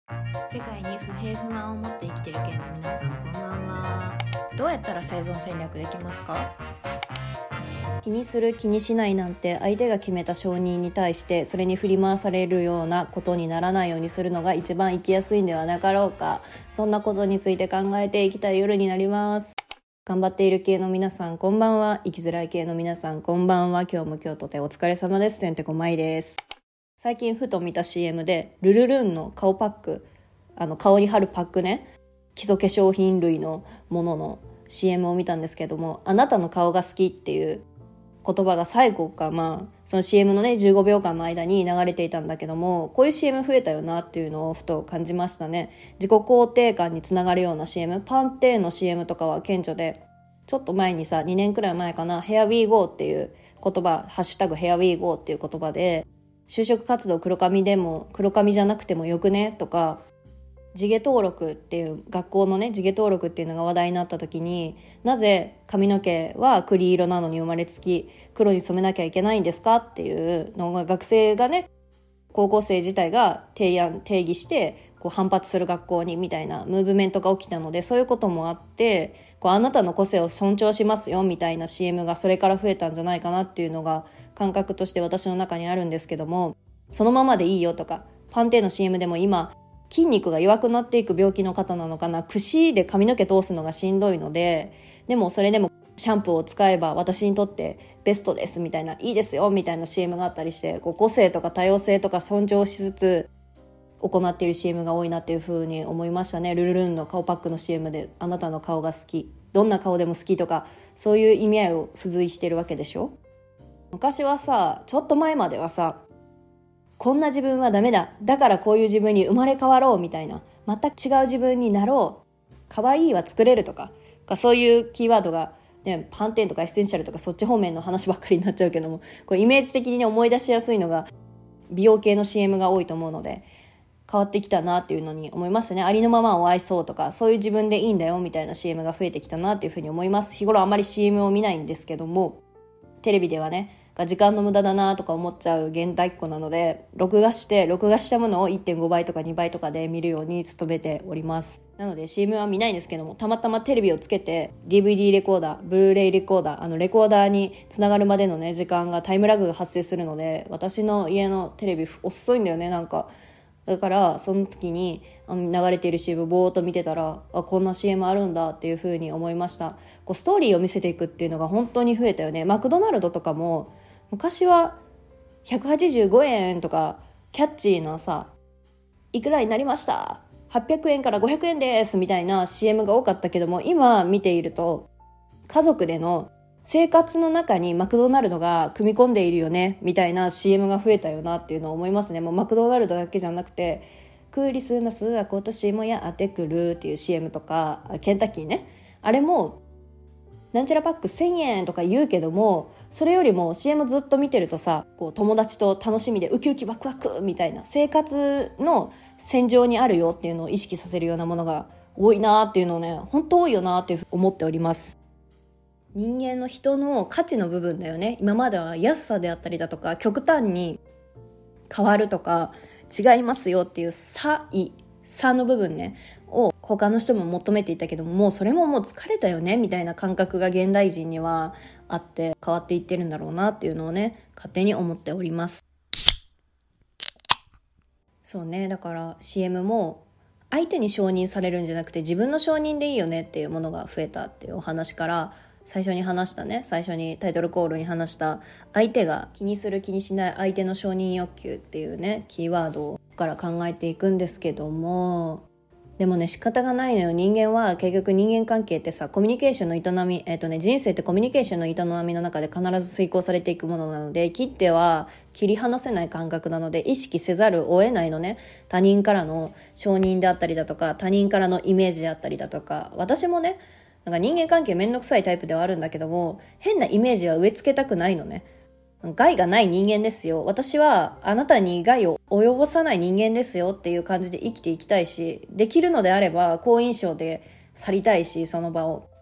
世界に不平不満を持って生きてる系の皆さん、こんばんは。どうやったら生存戦略できますか？気にする気にしないなんて、相手が決めた承認に対してそれに振り回されるようなことにならないようにするのが一番生きやすいんではなかろうか。そんなことについて考えていきたい夜になります。頑張っている系の皆さん、こんばんは。生きづらい系の皆さん、こんばんは。今日も今日とてお疲れ様です。てんてこまいです。最近ふと見た CM でルルルンの顔パック、顔に貼るパックね、基礎化粧品類のものの CM を見たんですけども、あなたの顔が好きっていう言葉が最後か、その CM のね15秒間の間に流れていたんだけども、こういう CM 増えたよなっていうのをふと感じましたね。自己肯定感につながるような CM、 パンテーの CM とかは顕著で、ちょっと前にさ、2年くらい前かな、ヘアウィーゴーっていう言葉、ハッシュタグヘアウィーゴーっていう言葉で、就職活動黒髪でも黒髪じゃなくてもよくねとか、地毛登録っていう学校のね、地毛登録っていうのが話題になった時に、なぜ髪の毛は栗色なのに生まれつき黒に染めなきゃいけないんですかっていうのが、学生がね、高校生自体が定義してこう反発する学校にみたいなムーブメントが起きたので、そういうこともあって、こうあなたの個性を尊重しますよみたいな CM がそれから増えたんじゃないかなっていうのが感覚として私の中にあるんですけども、そのままでいいよとか、パンテーの CM でも今筋肉が弱くなっていく病気の方なのかな、櫛で髪の毛通すのがしんどいので、でもそれでもシャンプーを使えば私にとってベストですみたいな、いいですよみたいな CM があったりして、こう個性とか多様性とか尊重しつつ行っている CM が多いなっていう風に思いましたね。ルルルンの顔パックの CM で、あなたの顔が好き、どんな顔でも好きとか、そういう意味合いを付随してるわけでしょ。昔はさ、ちょっと前まではさ、こんな自分はダメだ、だからこういう自分に生まれ変わろうみたいな、全く違う自分になろう、可愛いは作れるとか、そういうキーワードが、ね、パンテーンとかエッセンシャルとかそっち方面の話ばっかりになっちゃうけども、こうイメージ的に、ね、思い出しやすいのが美容系の CM が多いと思うので、変わってきたなっていうのに思いましたね。ありのままを愛そうとか、そういう自分でいいんだよみたいな CM が増えてきたなっていうふうに思います。日頃あまり CM を見ないんですけども、テレビではね、時間の無駄だなとか思っちゃう現代っ子なので、録画したものを 1.5 倍とか2倍とかで見るように努めております。なので CM は見ないんですけども、たまたまテレビをつけて DVD レコーダー、ブルーレイレコーダー、レコーダーにつながるまでのね時間が、タイムラグが発生するので、私の家のテレビ遅いんだよね、なんか。だからその時に流れている CM ぼーっと見てたら、こんな CM あるんだっていう風に思いました。こうストーリーを見せていくっていうのが本当に増えたよね。マクドナルドとかも昔は185円とかキャッチーなさ、いくらになりました800円から500円ですみたいな CM が多かったけども、今見ていると家族での生活の中にマクドナルドが組み込んでいるよねみたいな CM が増えたよなっていうのを思いますね。もうマクドナルドだけじゃなくて、クリスマスは今年もやってくるっていう CM とか、ケンタッキーね、あれもなんちゃらパック1000円とか言うけども、それよりも CM ずっと見てるとさ、こう友達と楽しみでウキウキワクワクみたいな、生活の戦場にあるよっていうのを意識させるようなものが多いなっていうのをね、本当多いよなって思っております。人間の人の価値の部分だよね。今までは安さであったりだとか、極端に変わるとか違いますよっていう差の部分ねを他の人も求めていたけども、もうそれももう疲れたよねみたいな感覚が現代人にはあって変わっていってるんだろうなっていうのをね、勝手に思っております。そうね、だから CM も相手に承認されるんじゃなくて自分の承認でいいよねっていうものが増えたっていうお話から、最初にタイトルコールに話した相手が気にする気にしない相手の承認欲求っていうねキーワードから考えていくんですけども、でもね、仕方がないのよ。人間は結局、人間関係ってさ、コミュニケーションの営み、人生ってコミュニケーションの営みの中で必ず遂行されていくものなので、切っては切り離せない感覚なので、意識せざるを得ないのね。他人からの承認であったりだとか、他人からのイメージであったりだとか、私もね、なんか人間関係めんどくさいタイプではあるんだけども、変なイメージは植え付けたくないのね。害がない人間ですよ、私はあなたに害を及ぼさない人間ですよっていう感じで生きていきたいし、できるのであれば好印象で去りたいし、その場を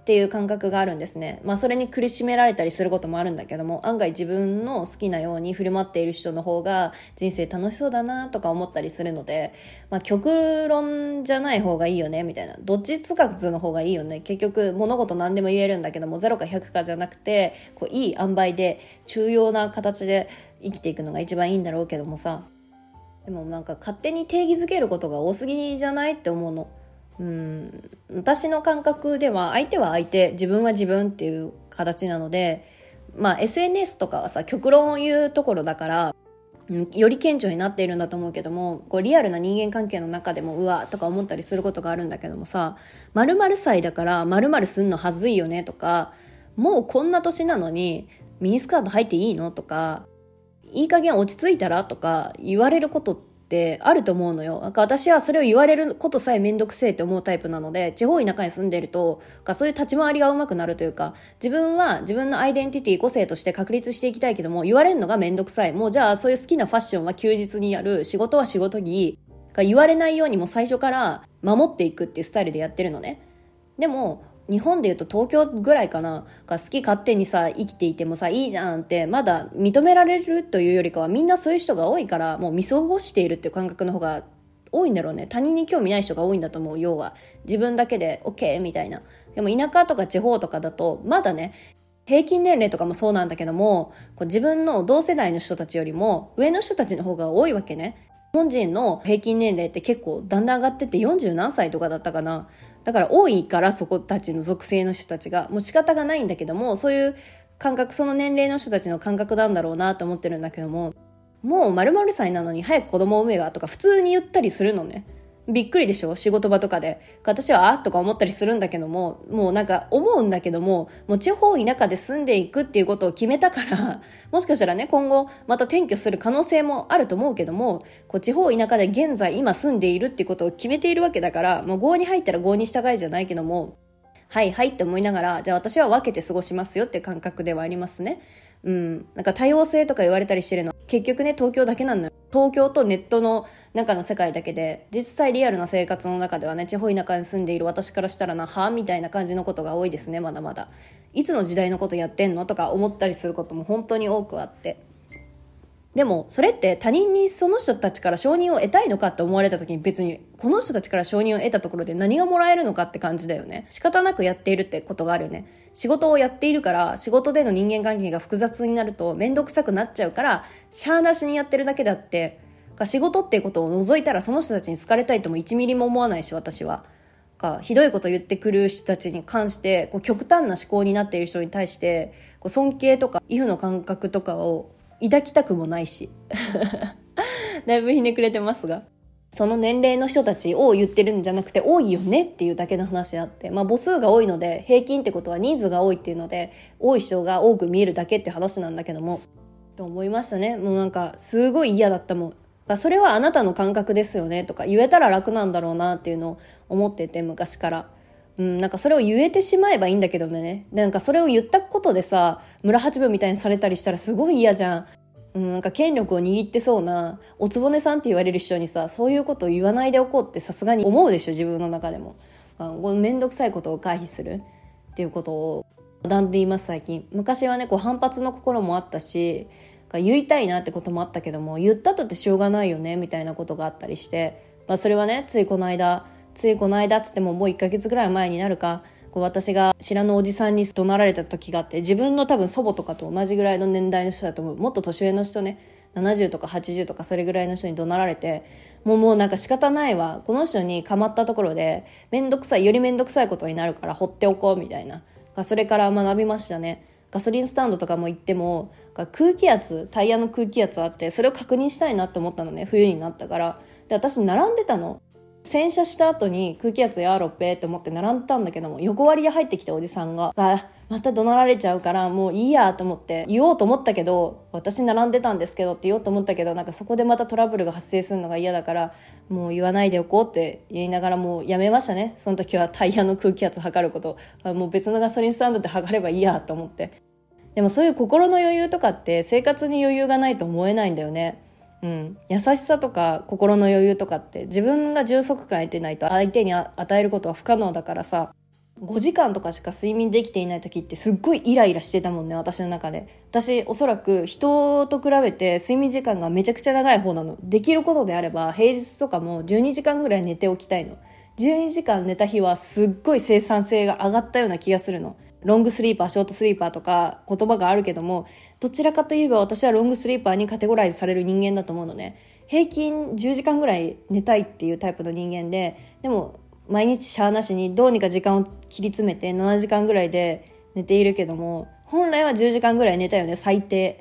っていう感覚があるんですね。それに苦しめられたりすることもあるんだけども、案外自分の好きなように振る舞っている人の方が人生楽しそうだなとか思ったりするので、極論じゃない方がいいよねみたいな、どっちつかずの方がいいよね。結局物事何でも言えるんだけども、0か100かじゃなくて、いい塩梅で中庸な形で生きていくのが一番いいんだろうけどもさ、でも勝手に定義づけることが多すぎじゃないって思うの。私の感覚では相手は相手、自分は自分っていう形なので、SNS とかはさ、極論を言うところだから、より顕著になっているんだと思うけども、リアルな人間関係の中でもうわとか思ったりすることがあるんだけどもさ、〇〇歳だから〇〇すんのはずいよねとか、もうこんな年なのにミニスカート履いていいのとか、いい加減落ち着いたらとか言われることってあると思うのよ。私はそれを言われることさえめんどくせえって思うタイプなので、地方田舎に住んでるとそういう立ち回りが上手くなるというか、自分は自分のアイデンティティ個性として確立していきたいけども、言われるのがめんどくさい。もうじゃあそういう好きなファッションは休日にやる、仕事は仕事着、言われないようにも最初から守っていくっていうスタイルでやってるのね。でも日本でいうと東京ぐらいかな、好き勝手にさ生きていてもさいいじゃんってまだ認められるというよりかは、みんなそういう人が多いから、もう見過ごしているっていう感覚の方が多いんだろうね。他人に興味ない人が多いんだと思う。要は自分だけで OK みたいな。でも田舎とか地方とかだとまだね、平均年齢とかもそうなんだけども、自分の同世代の人たちよりも上の人たちの方が多いわけね。日本人の平均年齢って結構だんだん上がってって40何歳とかだったかな。だから多いから、そこたちの属性の人たちがもう仕方がないんだけども、そういう感覚、その年齢の人たちの感覚なんだろうなと思ってるんだけども、もう〇〇歳なのに早く子供を産めばとか普通に言ったりするのね。びっくりでしょ、仕事場とかで。私はとか思ったりするんだけども、もう思うんだけども、もう地方田舎で住んでいくっていうことを決めたから、もしかしたらね、今後また転居する可能性もあると思うけども、地方田舎で現在今住んでいるっていうことを決めているわけだから、もう郷に入ったら郷に従いじゃないけども、はいはいって思いながら、じゃあ私は分けて過ごしますよって感覚ではありますね。多様性とか言われたりしてるの、結局ね、東京だけなのよ。東京とネットの中の世界だけで、実際リアルな生活の中ではね、地方田舎に住んでいる私からしたらみたいな感じのことが多いですね。まだまだいつの時代のことやってんのとか思ったりすることも本当に多くあって、でもそれって他人にその人たちから承認を得たいのかって思われた時に、別にこの人たちから承認を得たところで何がもらえるのかって感じだよね。仕方なくやっているってことがあるよね。仕事をやっているから、仕事での人間関係が複雑になると面倒くさくなっちゃうから、しゃーなしにやってるだけだって、仕事っていうことを除いたらその人たちに好かれたいとも1ミリも思わないし、私はひどいこと言ってくる人たちに関して、極端な思考になっている人に対して尊敬とか畏怖の感覚とかを抱きたくもないしだいぶひねくれてますが、その年齢の人たちを言ってるんじゃなくて、多いよねっていうだけの話であって、母数が多いので平均ってことは人数が多いっていうので、多い人が多く見えるだけって話なんだけども、と思いましたね。もうすごい嫌だったもん。それはあなたの感覚ですよねとか言えたら楽なんだろうなっていうのを思ってて、昔から。それを言えてしまえばいいんだけどね。それを言ったことでさ、村八分みたいにされたりしたらすごい嫌じゃん。権力を握ってそうなおつぼねさんって言われる人にさ、そういうことを言わないでおこうってさすがに思うでしょ、自分の中でも。めんどくさいことを回避するっていうことを学んでいます、最近。昔はね、反発の心もあったし、言いたいなってこともあったけども、言ったとってしょうがないよねみたいなことがあったりして、それはね、ついこの間っつってももう1ヶ月ぐらい前になるか、私が知らぬおじさんに怒鳴られた時があって、自分の多分祖母とかと同じぐらいの年代の人だと思う。もっと年上の人ね、70とか80とかそれぐらいの人に怒鳴られて、もう仕方ないわ、この人に構ったところでよりめんどくさいことになるから放っておこうみたいな、それから学びましたね。ガソリンスタンドとかも行ってもタイヤの空気圧あって、それを確認したいなって思ったのね、冬になったから。で、私並んでたの。洗車した後に空気圧やろっぺって思って並んでたんだけども、横割りで入ってきたおじさんがまた怒鳴られちゃうからもういいやと思って言おうと思ったけど、私並んでたんですけどって言おうと思ったけど、そこでまたトラブルが発生するのが嫌だから、もう言わないでおこうって言いながらもうやめましたね。その時はタイヤの空気圧測ること、もう別のガソリンスタンドで測ればいいやと思って。でもそういう心の余裕とかって生活に余裕がないと思えないんだよね。優しさとか心の余裕とかって自分が充足感得てないと相手に与えることは不可能だからさ、 5時間とかしか睡眠できていない時ってすっごいイライラしてたもんね、私の中で。私おそらく人と比べて睡眠時間がめちゃくちゃ長い方なの。できることであれば平日とかも12時間ぐらい寝ておきたいの。12時間寝た日はすっごい生産性が上がったような気がするの。ロングスリーパー、ショートスリーパーとか言葉があるけども、どちらかといえば私はロングスリーパーにカテゴライズされる人間だと思うのね。平均10時間ぐらい寝たいっていうタイプの人間で、でも毎日しゃあなしにどうにか時間を切り詰めて7時間ぐらいで寝ているけども、本来は10時間ぐらい寝たいよね。最低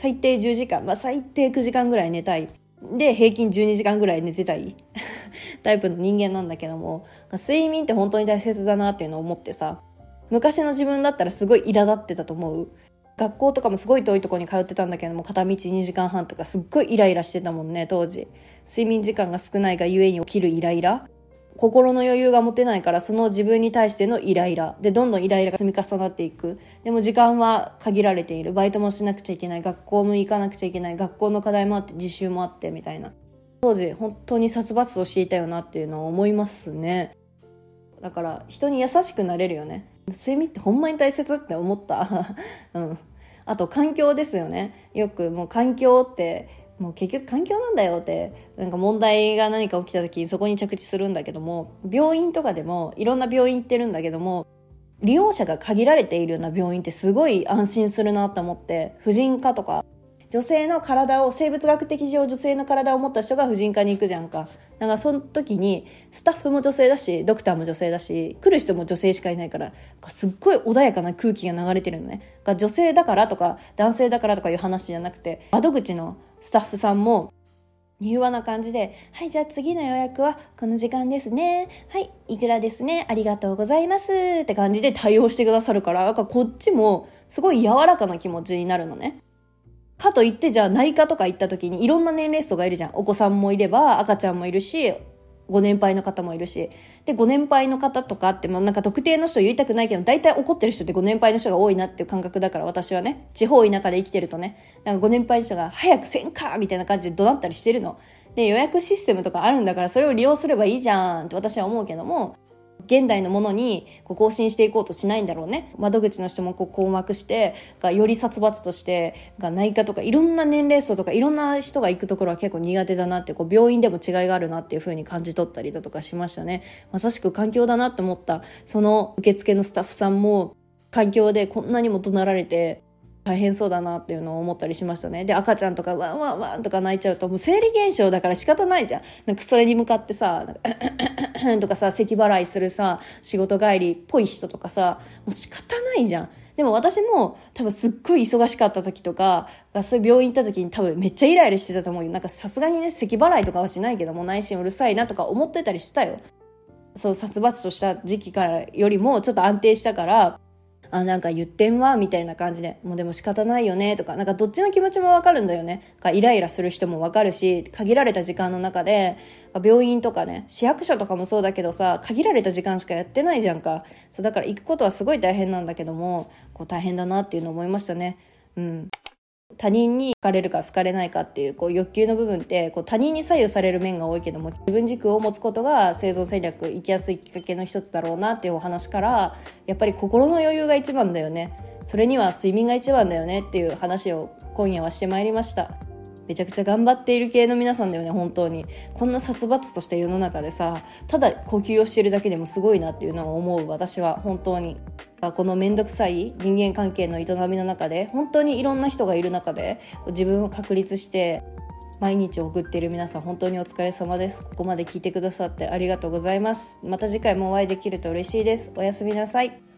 10時間、最低9時間ぐらい寝たいで、平均12時間ぐらい寝てたいタイプの人間なんだけども、睡眠って本当に大切だなっていうのを思ってさ、昔の自分だったらすごい苛立ってたと思う。学校とかもすごい遠いところに通ってたんだけども、片道2時間半とかすっごいイライラしてたもんね、当時。睡眠時間が少ないがゆえに起きるイライラ、心の余裕が持てないから、その自分に対してのイライラでどんどんイライラが積み重なっていく。でも時間は限られている。バイトもしなくちゃいけない、学校も行かなくちゃいけない、学校の課題もあって実習もあってみたいな。当時本当に殺伐としていたよなっていうのを思いますね。だから人に優しくなれるよね。睡眠ってほんまに大切って思ったあと環境ですよね。よくもう環境ってもう結局環境なんだよって、なんか問題が何か起きた時にそこに着地するんだけども、病院とかでもいろんな病院行ってるんだけども、利用者が限られているような病院ってすごい安心するなと思って。婦人科とか女性の体を、生物学的上女性の体を持った人が婦人科に行くじゃんか。だからその時にスタッフも女性だし、ドクターも女性だし、来る人も女性しかいないから、すっごい穏やかな空気が流れてるのね。女性だからとか男性だからとかいう話じゃなくて、窓口のスタッフさんも柔和な感じで、はい、じゃあ次の予約はこの時間ですね、はい、いくらですね、ありがとうございますって感じで対応してくださるから、こっちもすごい柔らかな気持ちになるのね。かといってじゃあ内科とか行った時にいろんな年齢層がいるじゃん。お子さんもいれば赤ちゃんもいるし、ご年配の方もいるし、でご年配の方とかってなんか特定の人言いたくないけど、大体怒ってる人ってご年配の人が多いなっていう感覚だから、私はね、地方田舎で生きてるとね、なんかご年配の人が早くせんかみたいな感じで怒鳴ったりしてるので、予約システムとかあるんだからそれを利用すればいいじゃんって私は思うけども、現代のものに更新していこうとしないんだろうね。窓口の人も困惑してより殺伐として内科とかいろんな年齢層とかいろんな人が行くところは結構苦手だなって、病院でも違いがあるなっていう風に感じ取ったりだとかしましたね。まさしく環境だなって思った。その受付のスタッフさんも環境でこんなにも怒鳴られて大変そうだなっていうのを思ったりしましたね。で赤ちゃんとかワンワンワンとか泣いちゃうともう生理現象だから仕方ないじゃん。なんかそれに向かってさとかさ、咳払いするさ、仕事帰りっぽい人とかさ、もう仕方ないじゃん。でも私も多分すっごい忙しかった時とか、そういう病院行った時に多分めっちゃイライラしてたと思うよ。なんかさすがにね、咳払いとかはしないけども、内心うるさいなとか思ってたりしたよ。そう殺伐とした時期からよりもちょっと安定したから、なんか言ってんわみたいな感じで、もうでも仕方ないよねとか、なんかどっちの気持ちもわかるんだよね。イライラする人もわかるし、限られた時間の中で病院とかね、市役所とかもそうだけどさ、限られた時間しかやってないじゃんか。そうだから行くことはすごい大変なんだけども、大変だなっていうのを思いましたね。他人に好かれるか好かれないかっていう欲求の部分って他人に左右される面が多いけども、自分軸を持つことが生存戦略生きやすいきっかけの一つだろうなっていうお話から、やっぱり心の余裕が一番だよね、それには睡眠が一番だよねっていう話を今夜はしてまいりました。めちゃくちゃ頑張っている系の皆さんだよね。本当にこんな殺伐とした世の中でさ、ただ呼吸をしてるだけでもすごいなっていうのを思う。私は本当にこのめんどくさい人間関係の営みの中で、本当にいろんな人がいる中で自分を確立して毎日送っている皆さん、本当にお疲れ様です。ここまで聞いてくださってありがとうございます。また次回もお会いできると嬉しいです。おやすみなさい。